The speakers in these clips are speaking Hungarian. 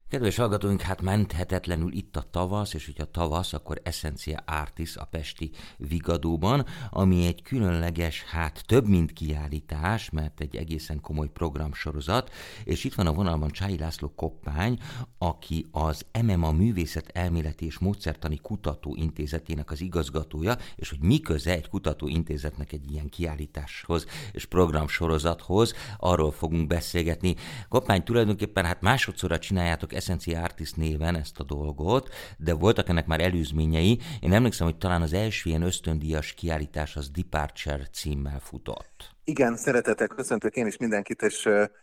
Kedves hallgatóink, hát menthetetlenül itt a tavasz, és hogyha tavasz, akkor Essentia Artis a pesti Vigadóban, ami egy különleges, hát több mint kiállítás, mert egy egészen komoly programsorozat, és itt van a vonalban Csályi László Koppány, aki az MMA Művészet Elméleti és Módszertani Kutatóintézetének az igazgatója, és hogy mi köze egy kutatóintézetnek egy ilyen kiállításhoz és programsorozathoz, arról fogunk beszélgetni. Koppány, tulajdonképpen hát másodszorra csináljátok Essentia Artis néven ezt a dolgot, de voltak ennek már előzményei. Én emlékszem, hogy talán az első ilyen ösztöndíjas kiállítás az Departure címmel futott. Igen, szeretettel köszöntök én is mindenkit, és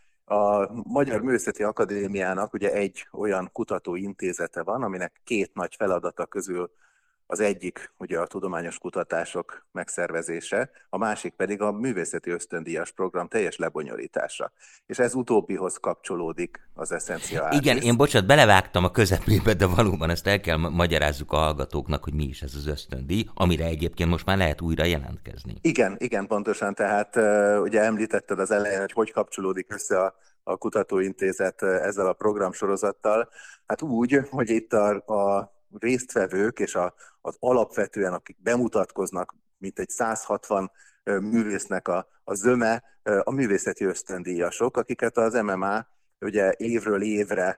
a Magyar Művészeti Akadémiának ugye egy olyan kutatóintézete van, aminek két nagy feladata közül az egyik ugye a tudományos kutatások megszervezése, a másik pedig a művészeti ösztöndíjas program teljes lebonyolítása. És ez utóbbihoz kapcsolódik az Essentia Igen, Artis. én bocsánat, belevágtam a közepébe, de valóban ezt el kell magyarázzuk a hallgatóknak, hogy mi is ez az ösztöndíj, amire egyébként most már lehet újra jelentkezni. Igen, pontosan, tehát ugye említetted az elején, hogy kapcsolódik össze a kutatóintézet ezzel a programsorozattal. Hát úgy, hogy itt a résztvevők és az alapvetően, akik bemutatkoznak, mint egy 160 művésznek a zöme, a művészeti ösztöndíjasok, akiket az MMA ugye évről évre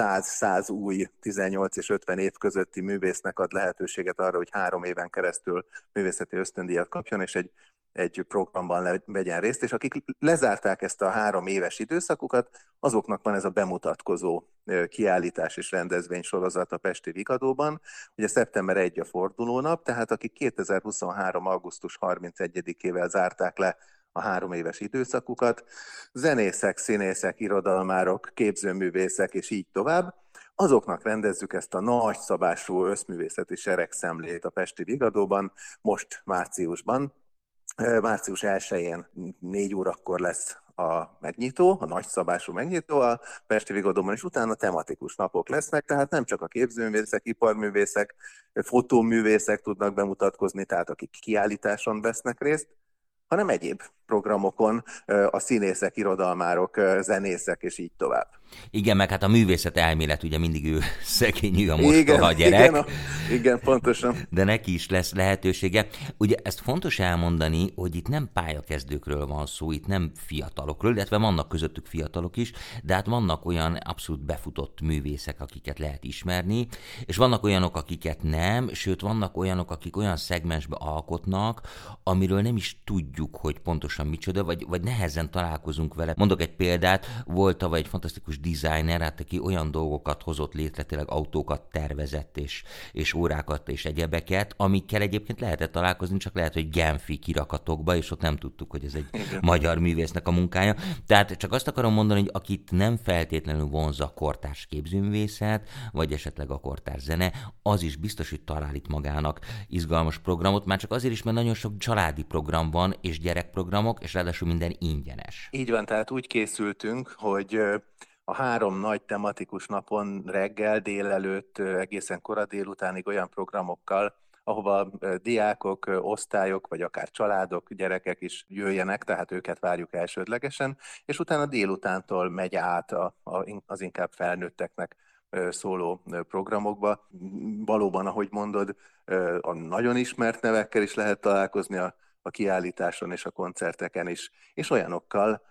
100 új 18 és 50 év közötti művésznek ad lehetőséget arra, hogy 3 éven keresztül művészeti ösztöndíjat kapjon, és egy programban vegyen részt, és akik lezárták ezt a 3 éves időszakukat, azoknak van ez a bemutatkozó kiállítás és rendezvény sorozat a Pesti Vigadóban. Ugye szeptember 1 a fordulónap, tehát akik 2023. augusztus 31-ével zárták le a 3 éves időszakukat, zenészek, színészek, irodalmárok, képzőművészek és így tovább, azoknak rendezzük ezt a nagyszabású összművészeti seregszemlét a Pesti Vigadóban, most márciusban. Március 1-én 4 órakor lesz a megnyitó, a nagyszabású megnyitó a Pesti Vigadóban, és utána tematikus napok lesznek, tehát nem csak a képzőművészek, iparművészek, fotóművészek tudnak bemutatkozni, tehát akik kiállításon vesznek részt, hanem egyéb programokon a színészek, irodalmárok, zenészek, és így tovább. Igen, meg hát a művészet elmélet, ugye mindig ő szegény, ő a mostoha Igen, gyerek. igen, pontosan. De neki is lesz lehetősége. Ugye ezt fontos elmondani, hogy itt nem pályakezdőkről van szó, itt nem fiatalokról, illetve vannak közöttük fiatalok is, de hát vannak olyan abszolút befutott művészek, akiket lehet ismerni, és vannak olyanok, akiket nem, sőt vannak olyanok, akik olyan szegmensbe alkotnak, amiről nem is tudjuk, hogy pontosan micsoda, vagy nehezen találkozunk vele. Mondok egy példát, volt tavaly egy fantasztikus designer, hát aki olyan dolgokat hozott létre, tényleg autókat tervezett, és órákat és egyebeket, amikkel egyébként lehetett találkozni, csak lehet, hogy genfi kirakatokba, és ott nem tudtuk, hogy ez egy Igen. magyar művésznek a munkája. Tehát csak azt akarom mondani, hogy akit nem feltétlenül vonza a kortárs képzőművészet, vagy esetleg a kortárs zene, az is biztos, hogy talál itt magának izgalmas programot, már csak azért is, mert nagyon sok családi program van, és gyerekprogramok, és ráadásul minden ingyenes. Így van, tehát úgy készültünk, hogy a 3 nagy tematikus napon reggel, délelőtt, egészen kora délutánig olyan programokkal, ahova diákok, osztályok, vagy akár családok, gyerekek is jöjjenek, tehát őket várjuk elsődlegesen, és utána délutántól megy át az inkább felnőtteknek szóló programokba. Valóban, ahogy mondod, a nagyon ismert nevekkel is lehet találkozni a kiállításon és a koncerteken is, és olyanokkal,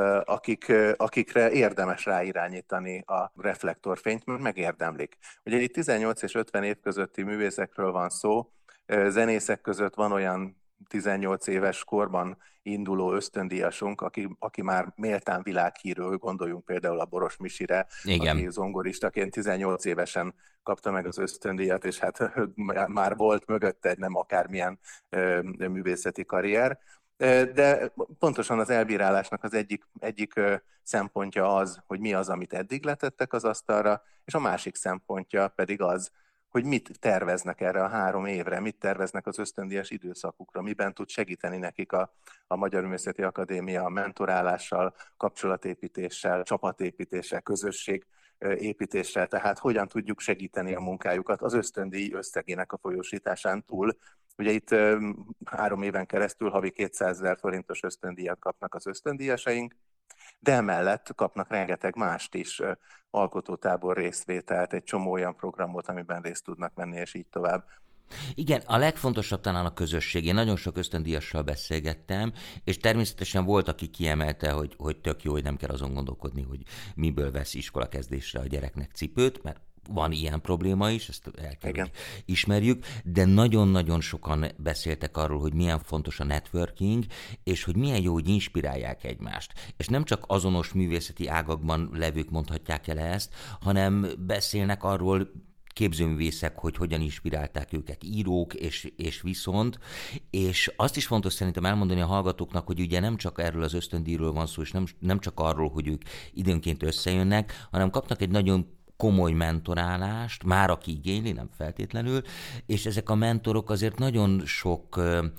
akikre érdemes ráirányítani a reflektorfényt, mert megérdemlik. Ugye itt 18 és 50 év közötti művészekről van szó, zenészek között van olyan 18 éves korban induló ösztöndíjasunk, aki már méltán világhírű, gondoljunk például a Boros Misire, Igen. aki zongoristaként 18 évesen kapta meg az ösztöndíjat, és hát már volt mögötte egy nem akármilyen művészeti karrier. De pontosan az elbírálásnak az egyik szempontja az, hogy mi az, amit eddig letettek az asztalra, és a másik szempontja pedig az, hogy mit terveznek erre a 3 évre, mit terveznek az ösztöndíjas időszakukra, miben tud segíteni nekik a Magyar Művészeti Akadémia mentorálással, kapcsolatépítéssel, csapatépítéssel, közösségépítéssel, tehát hogyan tudjuk segíteni a munkájukat az ösztöndíj összegének a folyósításán túl. Ugye itt 3 éven keresztül havi 200 000 forintos ösztöndíjat kapnak az ösztöndíjasaink, De emellett kapnak rengeteg mást is, alkotótábor részvételt, egy csomó olyan programot, amiben részt tudnak venni, és így tovább. Igen, a legfontosabb talán a közösség. Én nagyon sok ösztöndíjassal beszélgettem, és természetesen volt, aki kiemelte, hogy tök jó, hogy nem kell azon gondolkodni, hogy miből vesz iskolakezdésre a gyereknek cipőt, mert van ilyen probléma is, ezt el kell, hogy ismerjük, de nagyon-nagyon sokan beszéltek arról, hogy milyen fontos a networking, és hogy milyen jó, hogy inspirálják egymást. És nem csak azonos művészeti ágakban levők mondhatják el ezt, hanem beszélnek arról, képzőművészek, hogy hogyan inspirálták őket írók, és viszont, és azt is fontos szerintem elmondani a hallgatóknak, hogy ugye nem csak erről az ösztöndíjról van szó, és nem csak arról, hogy ők időnként összejönnek, hanem kapnak egy nagyon komoly mentorálást, már aki igényli, nem feltétlenül, és ezek a mentorok azért nagyon sok,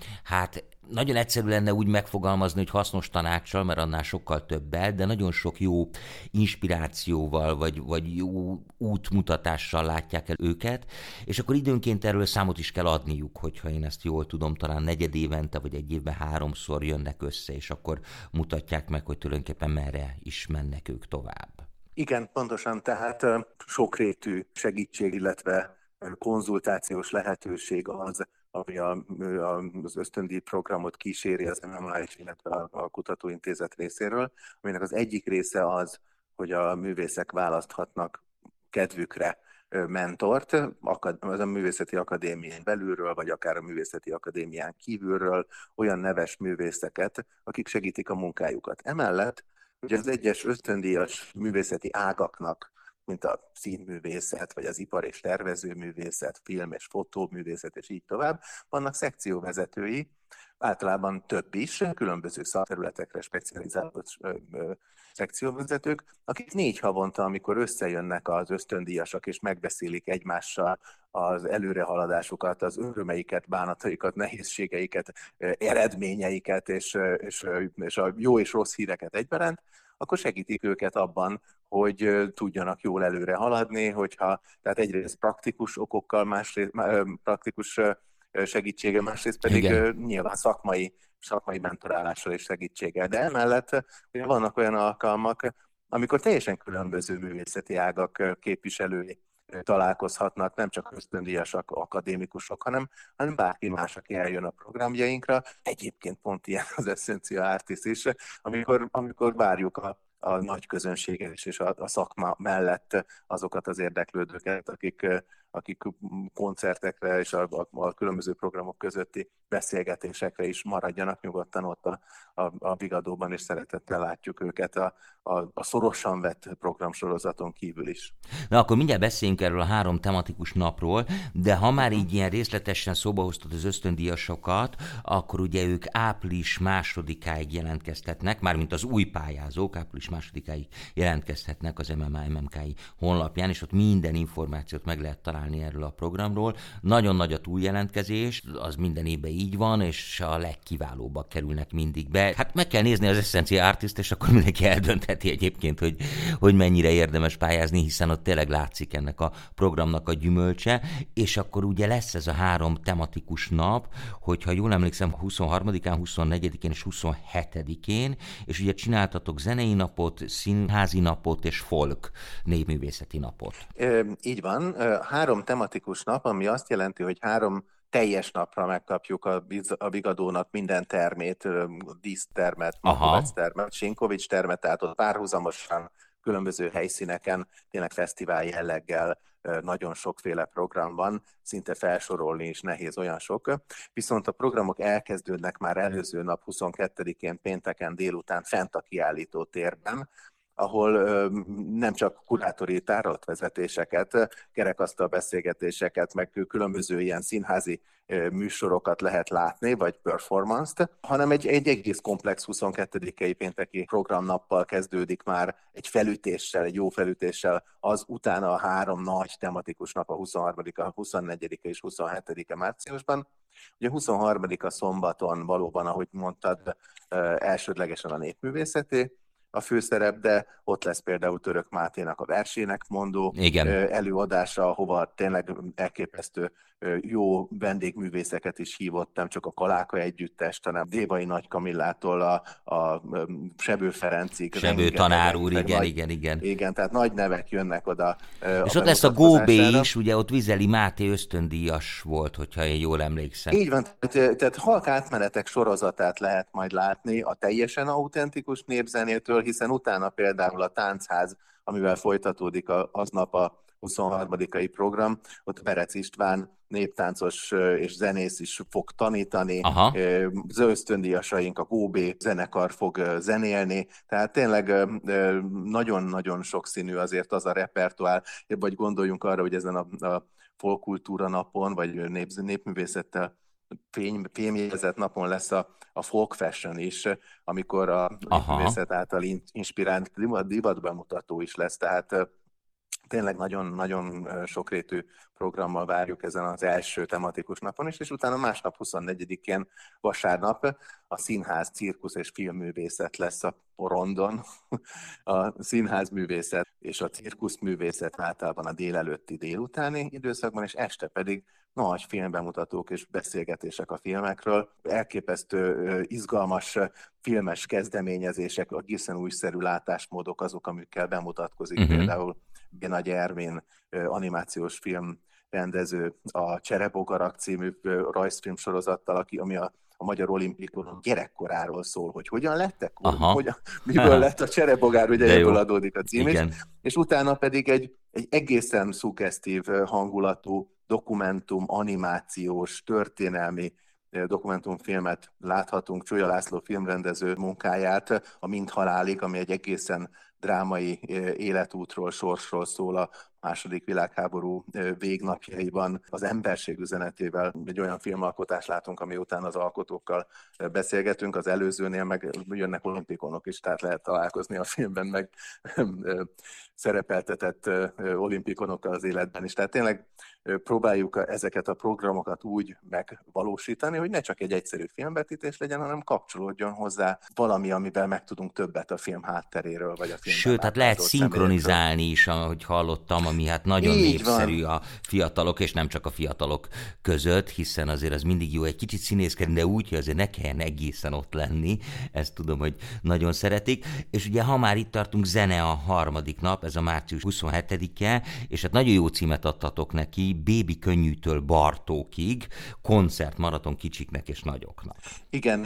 nagyon egyszerű lenne úgy megfogalmazni, hogy hasznos tanácssal, mert annál sokkal többel, de nagyon sok jó inspirációval, vagy jó útmutatással látják el őket, és akkor időnként erről számot is kell adniuk, hogyha én ezt jól tudom, talán negyedévente, vagy egy évben 3-szor jönnek össze, és akkor mutatják meg, hogy tulajdonképpen merre is mennek ők tovább. Igen, pontosan, tehát sokrétű segítség, illetve konzultációs lehetőség az, ami az ösztöndíj programot kíséri az MMI-s, illetve a kutatóintézet részéről, aminek az egyik része az, hogy a művészek választhatnak kedvükre mentort, az a művészeti akadémián belülről, vagy akár a művészeti akadémián kívülről, olyan neves művészeket, akik segítik a munkájukat. Emellett ugye az egyes ösztöndíjas művészeti ágaknak, mint a színművészet, vagy az ipar- és tervezőművészet, film- és fotóművészet, és így tovább, vannak szekcióvezetői, általában több is, különböző szakterületekre specializálott szekcióvezetők, akik 4 havonta, amikor összejönnek az ösztöndíjasak, és megbeszélik egymással az előrehaladásukat, az örömeiket, bánataikat, nehézségeiket, eredményeiket, és a jó és rossz híreket egyben, akkor segítik őket abban, hogy tudjanak jól előre haladni, tehát egyrészt praktikus okokkal, másrészt praktikus segítsége, másrészt pedig nyilván szakmai mentorálással és segítséggel. De emellett ugye vannak olyan alkalmak, amikor teljesen különböző művészeti ágak képviselői találkozhatnak, nem csak ösztöndíjasak, akadémikusok, hanem bárki más, aki eljön a programjainkra. Egyébként pont ilyen az Essentia Artis is, amikor várjuk a nagy közönséget és a szakma mellett azokat az érdeklődőket, akik koncertekre és a különböző programok közötti beszélgetésekre is maradjanak nyugodtan ott a Vigadóban, és szeretettel látjuk őket a szorosan vett programsorozaton kívül is. Na akkor mindjárt beszéljünk erről a 3 tematikus napról, de ha már így ilyen részletesen szóba hoztad az ösztöndíjasokat, akkor ugye ők április 2-áig jelentkeztetnek, mármint az új pályázók április 2-áig jelentkezhetnek az MMI-MMKI honlapján, és ott minden információt meg lehet találni erről a programról. Nagyon nagy a túljelentkezés, az minden évben így van, és a legkiválóbbak kerülnek mindig be. Hát meg kell nézni az Essentia Artist, és akkor mindenki eldöntheti egyébként, hogy mennyire érdemes pályázni, hiszen ott tényleg látszik ennek a programnak a gyümölcse, és akkor ugye lesz ez a 3 tematikus nap, hogyha jól emlékszem, 23-án, 24-én és 27-én, és ugye csináltatok zenei napot, színházi napot és folk népművészeti napot. Így van, 3 tematikus nap, ami azt jelenti, hogy 3 teljes napra megkapjuk a Vigadónak minden termét, dísztermet, Makovec termet, Sinkovics termet, tehát ott párhuzamosan különböző helyszíneken, tényleg fesztivál jelleggel nagyon sokféle program van, szinte felsorolni is nehéz, olyan sok. Viszont a programok elkezdődnek már előző nap 22-én pénteken délután fent a kiállító térben, ahol nem csak kurátori tárlatvezetéseket, kerekasztal beszélgetéseket, meg különböző ilyen színházi műsorokat lehet látni, vagy performance-t, hanem egy egész komplex 22-i pénteki programnappal kezdődik már egy felütéssel, egy jó felütéssel, az utána a 3 nagy tematikus nap, a 23-a, 24-e és 27-e márciusban. Ugye 23-a szombaton valóban, ahogy mondtad, elsődlegesen a népművészeti, a főszerep, de ott lesz például Török Máténak a versének mondó Igen. előadása, ahova tényleg elképesztő jó vendégművészeket is hívott, nem csak a Kaláka együttest, hanem Dévai Nagy Kamillától a Sebő Ferencig. Sebő tanár úr, igen. Igen, tehát nagy nevek jönnek oda. És ott lesz a Góbé is, ugye ott Vizeli Máté ösztöndíjas volt, hogyha én jól emlékszem. Így van, tehát Halk átmenetek sorozatát lehet majd látni a teljesen autentikus népzenétől, hiszen utána például a Táncház, amivel folytatódik aznap a 23. program, ott Berec István néptáncos és zenész is fog tanítani, az ösztöndíjasaink, a Góbé zenekar fog zenélni, tehát tényleg nagyon-nagyon sokszínű azért az a repertoár, vagy gondoljunk arra, hogy ezen a folkkultúra napon, vagy népművészettel fémjegyzett napon lesz a folk fashion is, amikor a népművészet által inspirált divatbemutató is lesz, tehát tényleg nagyon-nagyon sokrétű programmal várjuk ezen az első tematikus napon is, és utána másnap 24-én vasárnap a színház, cirkusz és filmművészet lesz a porondon. A színházművészet és a cirkuszművészet általában a délelőtti délutáni időszakban, és este pedig nagy filmbemutatók és beszélgetések a filmekről. Elképesztő, izgalmas filmes kezdeményezések, a egészen újszerű látásmódok azok, amikkel bemutatkozik például Nagy Ervin animációs film rendező a Cserebogarak című rajzfilm sorozattal, ami a Magyar Olimpikon gyerekkoráról szól, hogy hogyan lettek, miből lett a cserebogár, ugye ebből adódik a cím is, és utána pedig egy egészen szuggesztív hangulatú dokumentum, animációs, történelmi dokumentumfilmet láthatunk, Csúlya László filmrendező munkáját, a Mind halálig, ami egy egészen drámai életútról, sorsról szól a II. Világháború végnapjaiban. Az emberség üzenetével egy olyan filmalkotást látunk, ami után az alkotókkal beszélgetünk, az előzőnél meg jönnek olimpikonok is, tehát lehet találkozni a filmben, meg szerepeltetett olimpikonokkal az életben is. Tehát tényleg próbáljuk ezeket a programokat úgy megvalósítani, hogy ne csak egy egyszerű filmvetítés legyen, hanem kapcsolódjon hozzá valami, amivel megtudunk többet a film hátteréről, vagy a filmben. Sőt, hát lehet szinkronizálni is, ahogy hallottam, ami hát nagyon népszerű a fiatalok, és nem csak a fiatalok között, hiszen azért az mindig jó egy kicsit színészkedni, de úgy, hogy azért ne kelljen egészen ott lenni, ezt tudom, hogy nagyon szeretik. És ugye, ha már itt tartunk, zene a harmadik nap, ez a március 27-e, és hát nagyon jó címet adtatok neki, Bébi könnyűtől Bartókig, koncertmaraton kicsiknek és nagyoknak. Igen,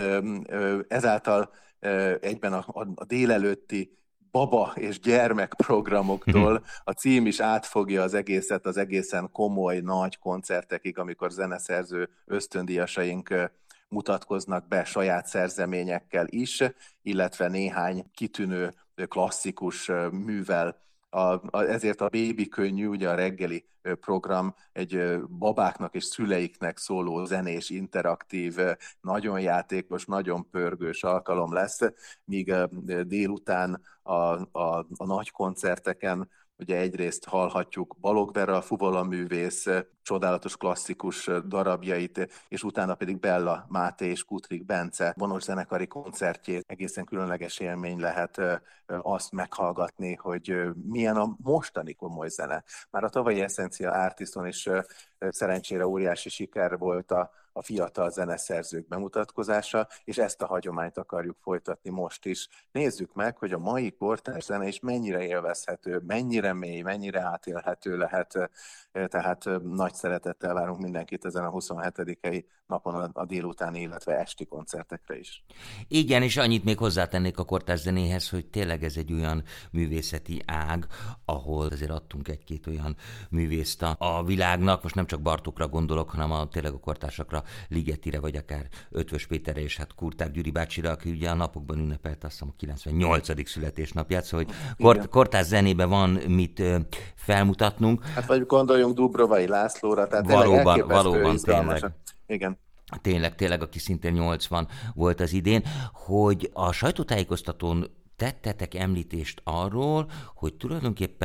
ezáltal egyben a délelőtti baba és gyermek programoktól a cím is átfogja az egészet, az egészen komoly, nagy koncertekig, amikor zeneszerző ösztöndíjasaink mutatkoznak be saját szerzeményekkel is, illetve néhány kitűnő klasszikus művel. Ezért a Bébi könnyű, ugye a reggeli program egy babáknak és szüleiknek szóló zenés, interaktív, nagyon játékos, nagyon pörgős alkalom lesz, míg délután a nagy koncerteken ugye egyrészt hallhatjuk Balogh Vera, a fuvola művész csodálatos klasszikus darabjait, és utána pedig Bella Máté és Kutrik Bence vonos zenekari koncertjét. Egészen különleges élmény lehet azt meghallgatni, hogy milyen a mostani komoly zene. Már a tavalyi Essencia Artiston is szerencsére óriási siker volt a fiatal zeneszerzők bemutatkozása, és ezt a hagyományt akarjuk folytatni most is. Nézzük meg, hogy a mai kortárs zene is mennyire élvezhető, mennyire mély, mennyire átélhető lehet, tehát nagy szeretettel várunk mindenkit ezen a 27-i napon a délutáni, illetve esti koncertekre is. Igen, és annyit még hozzátennék a kortárs zenéhez, hogy tényleg ez egy olyan művészeti ág, ahol azért adtunk egy-két olyan művészt a világnak, most nem csak Bartókra gondolok, hanem tényleg a kortársakra, Ligetire, vagy akár Ötvös Péterre, és hát Kurták Gyuri bácsira, aki ugye a napokban ünnepelte azt hiszem a 98. születésnapját, szóval hogy kortárs zenében van mit felmutatnunk. Hát vagy gondoljunk Dubrovai Lászlóra, tehát valóban tényleg. Igen. Tényleg, aki szintén 80 volt az idén, hogy a sajtótájékoztatón tettetek említést arról, hogy tulajdonképpen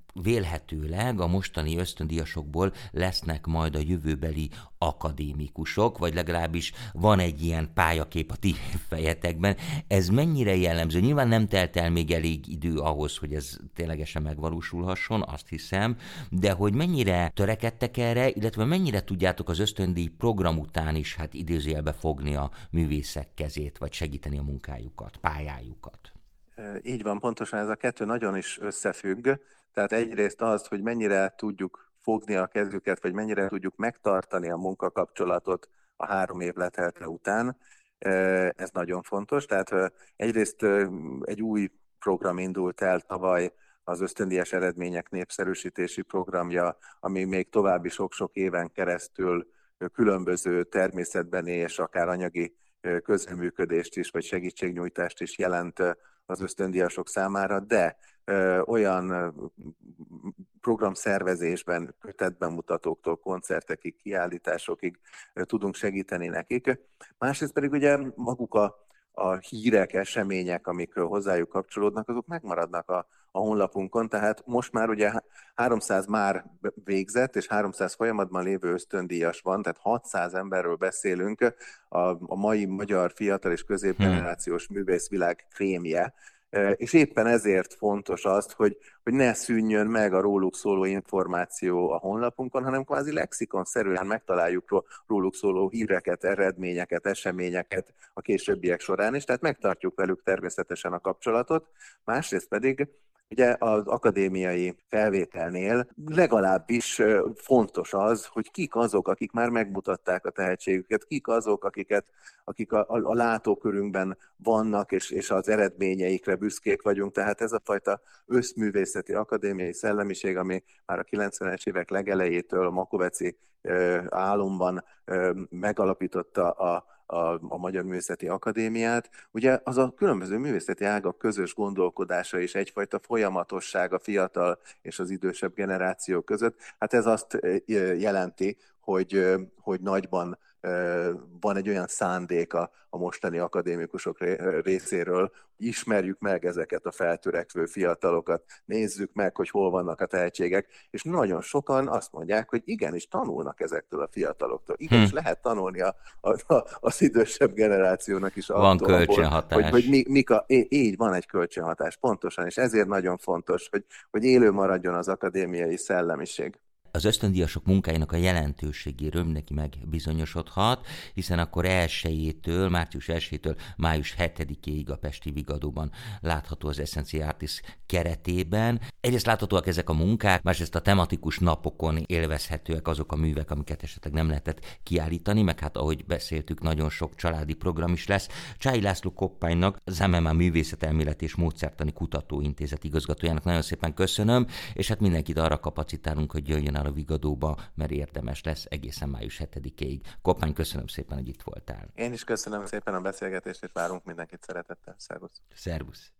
vélhetőleg a mostani ösztöndíjasokból lesznek majd a jövőbeli akadémikusok, vagy legalábbis van egy ilyen pályakép a ti fejetekben. Ez mennyire jellemző? Nyilván nem telt el még elég idő ahhoz, hogy ez ténylegesen megvalósulhasson, azt hiszem, de hogy mennyire törekedtek erre, illetve mennyire tudjátok az ösztöndíj program után is, hát idézőjelbe fogni a művészek kezét, vagy segíteni a munkájukat, pályájukat? Így van, pontosan ez a kettő nagyon is összefügg. Tehát egyrészt az, hogy mennyire tudjuk fogni a kezüket, vagy mennyire tudjuk megtartani a munkakapcsolatot a 3 év letelte után, ez nagyon fontos. Tehát egyrészt egy új program indult el tavaly, az ösztöndíjas eredmények népszerűsítési programja, ami még további sok-sok éven keresztül különböző természetbeni és akár anyagi közreműködést is, vagy segítségnyújtást is jelent az ösztöndíjasok számára, de olyan programszervezésben, kötetbemutatóktól, koncertekig, kiállításokig tudunk segíteni nekik. Másrészt pedig ugye maguk a hírek, események, amik hozzájuk kapcsolódnak, azok megmaradnak a honlapunkon, tehát most már ugye 300 már végzett, és 300 folyamatban lévő ösztöndíjas van, tehát 600 emberről beszélünk, a mai magyar fiatal és középgenerációs művészvilág krémje, és éppen ezért fontos az, hogy ne szűnjön meg a róluk szóló információ a honlapunkon, hanem kvázi lexikonszerűen megtaláljuk róluk szóló híreket, eredményeket, eseményeket a későbbiek során is, tehát megtartjuk velük természetesen a kapcsolatot. Másrészt pedig ugye az akadémiai felvételnél legalábbis fontos az, hogy kik azok, akik már megmutatták a tehetségüket, kik azok, akik a látókörünkben vannak, és az eredményeikre büszkék vagyunk. Tehát ez a fajta összművészeti akadémiai szellemiség, ami már a 90-es évek legelejétől a Makoveci álomban megalapította a Magyar Művészeti Akadémiát. Ugye az a különböző művészeti ágak közös gondolkodása és egyfajta folyamatosság a fiatal és az idősebb generáció között. Hát ez azt jelenti, hogy nagyban van egy olyan szándék a mostani akadémikusok részéről, hogy ismerjük meg ezeket a feltörekvő fiatalokat, nézzük meg, hogy hol vannak a tehetségek, és nagyon sokan azt mondják, hogy igenis tanulnak ezektől a fiataloktól. Igenis lehet tanulni az idősebb generációnak is. Van kölcsönhatás. Így van egy kölcsönhatás, pontosan, és ezért nagyon fontos, hogy élő maradjon az akadémiai szellemiség. Az ösztöndíjasok munkáinak a jelentőségéről mindenki megbizonyosodhat, hiszen akkor március 1-től május 7-ig a Pesti Vigadóban látható az Essencia Artis keretében. Egyrészt láthatóak ezek a munkák, másrészt a tematikus napokon élvezhetőek azok a művek, amiket esetleg nem lehetett kiállítani, meg hát ahogy beszéltük, nagyon sok családi program is lesz. Csályi László Koppánynak, az MMA Művészetelmélet és Módszertani Kutatóintézet igazgatójának nagyon szépen köszönöm, és hát mindenkit arra kapacitálunk, hogy jöjjön a Vigadóba, mert érdemes lesz egészen május 7-ig. Koppány, köszönöm szépen, hogy itt voltál. Én is köszönöm szépen a beszélgetést, és várunk mindenkit szeretettel. Szervusz! Szervusz!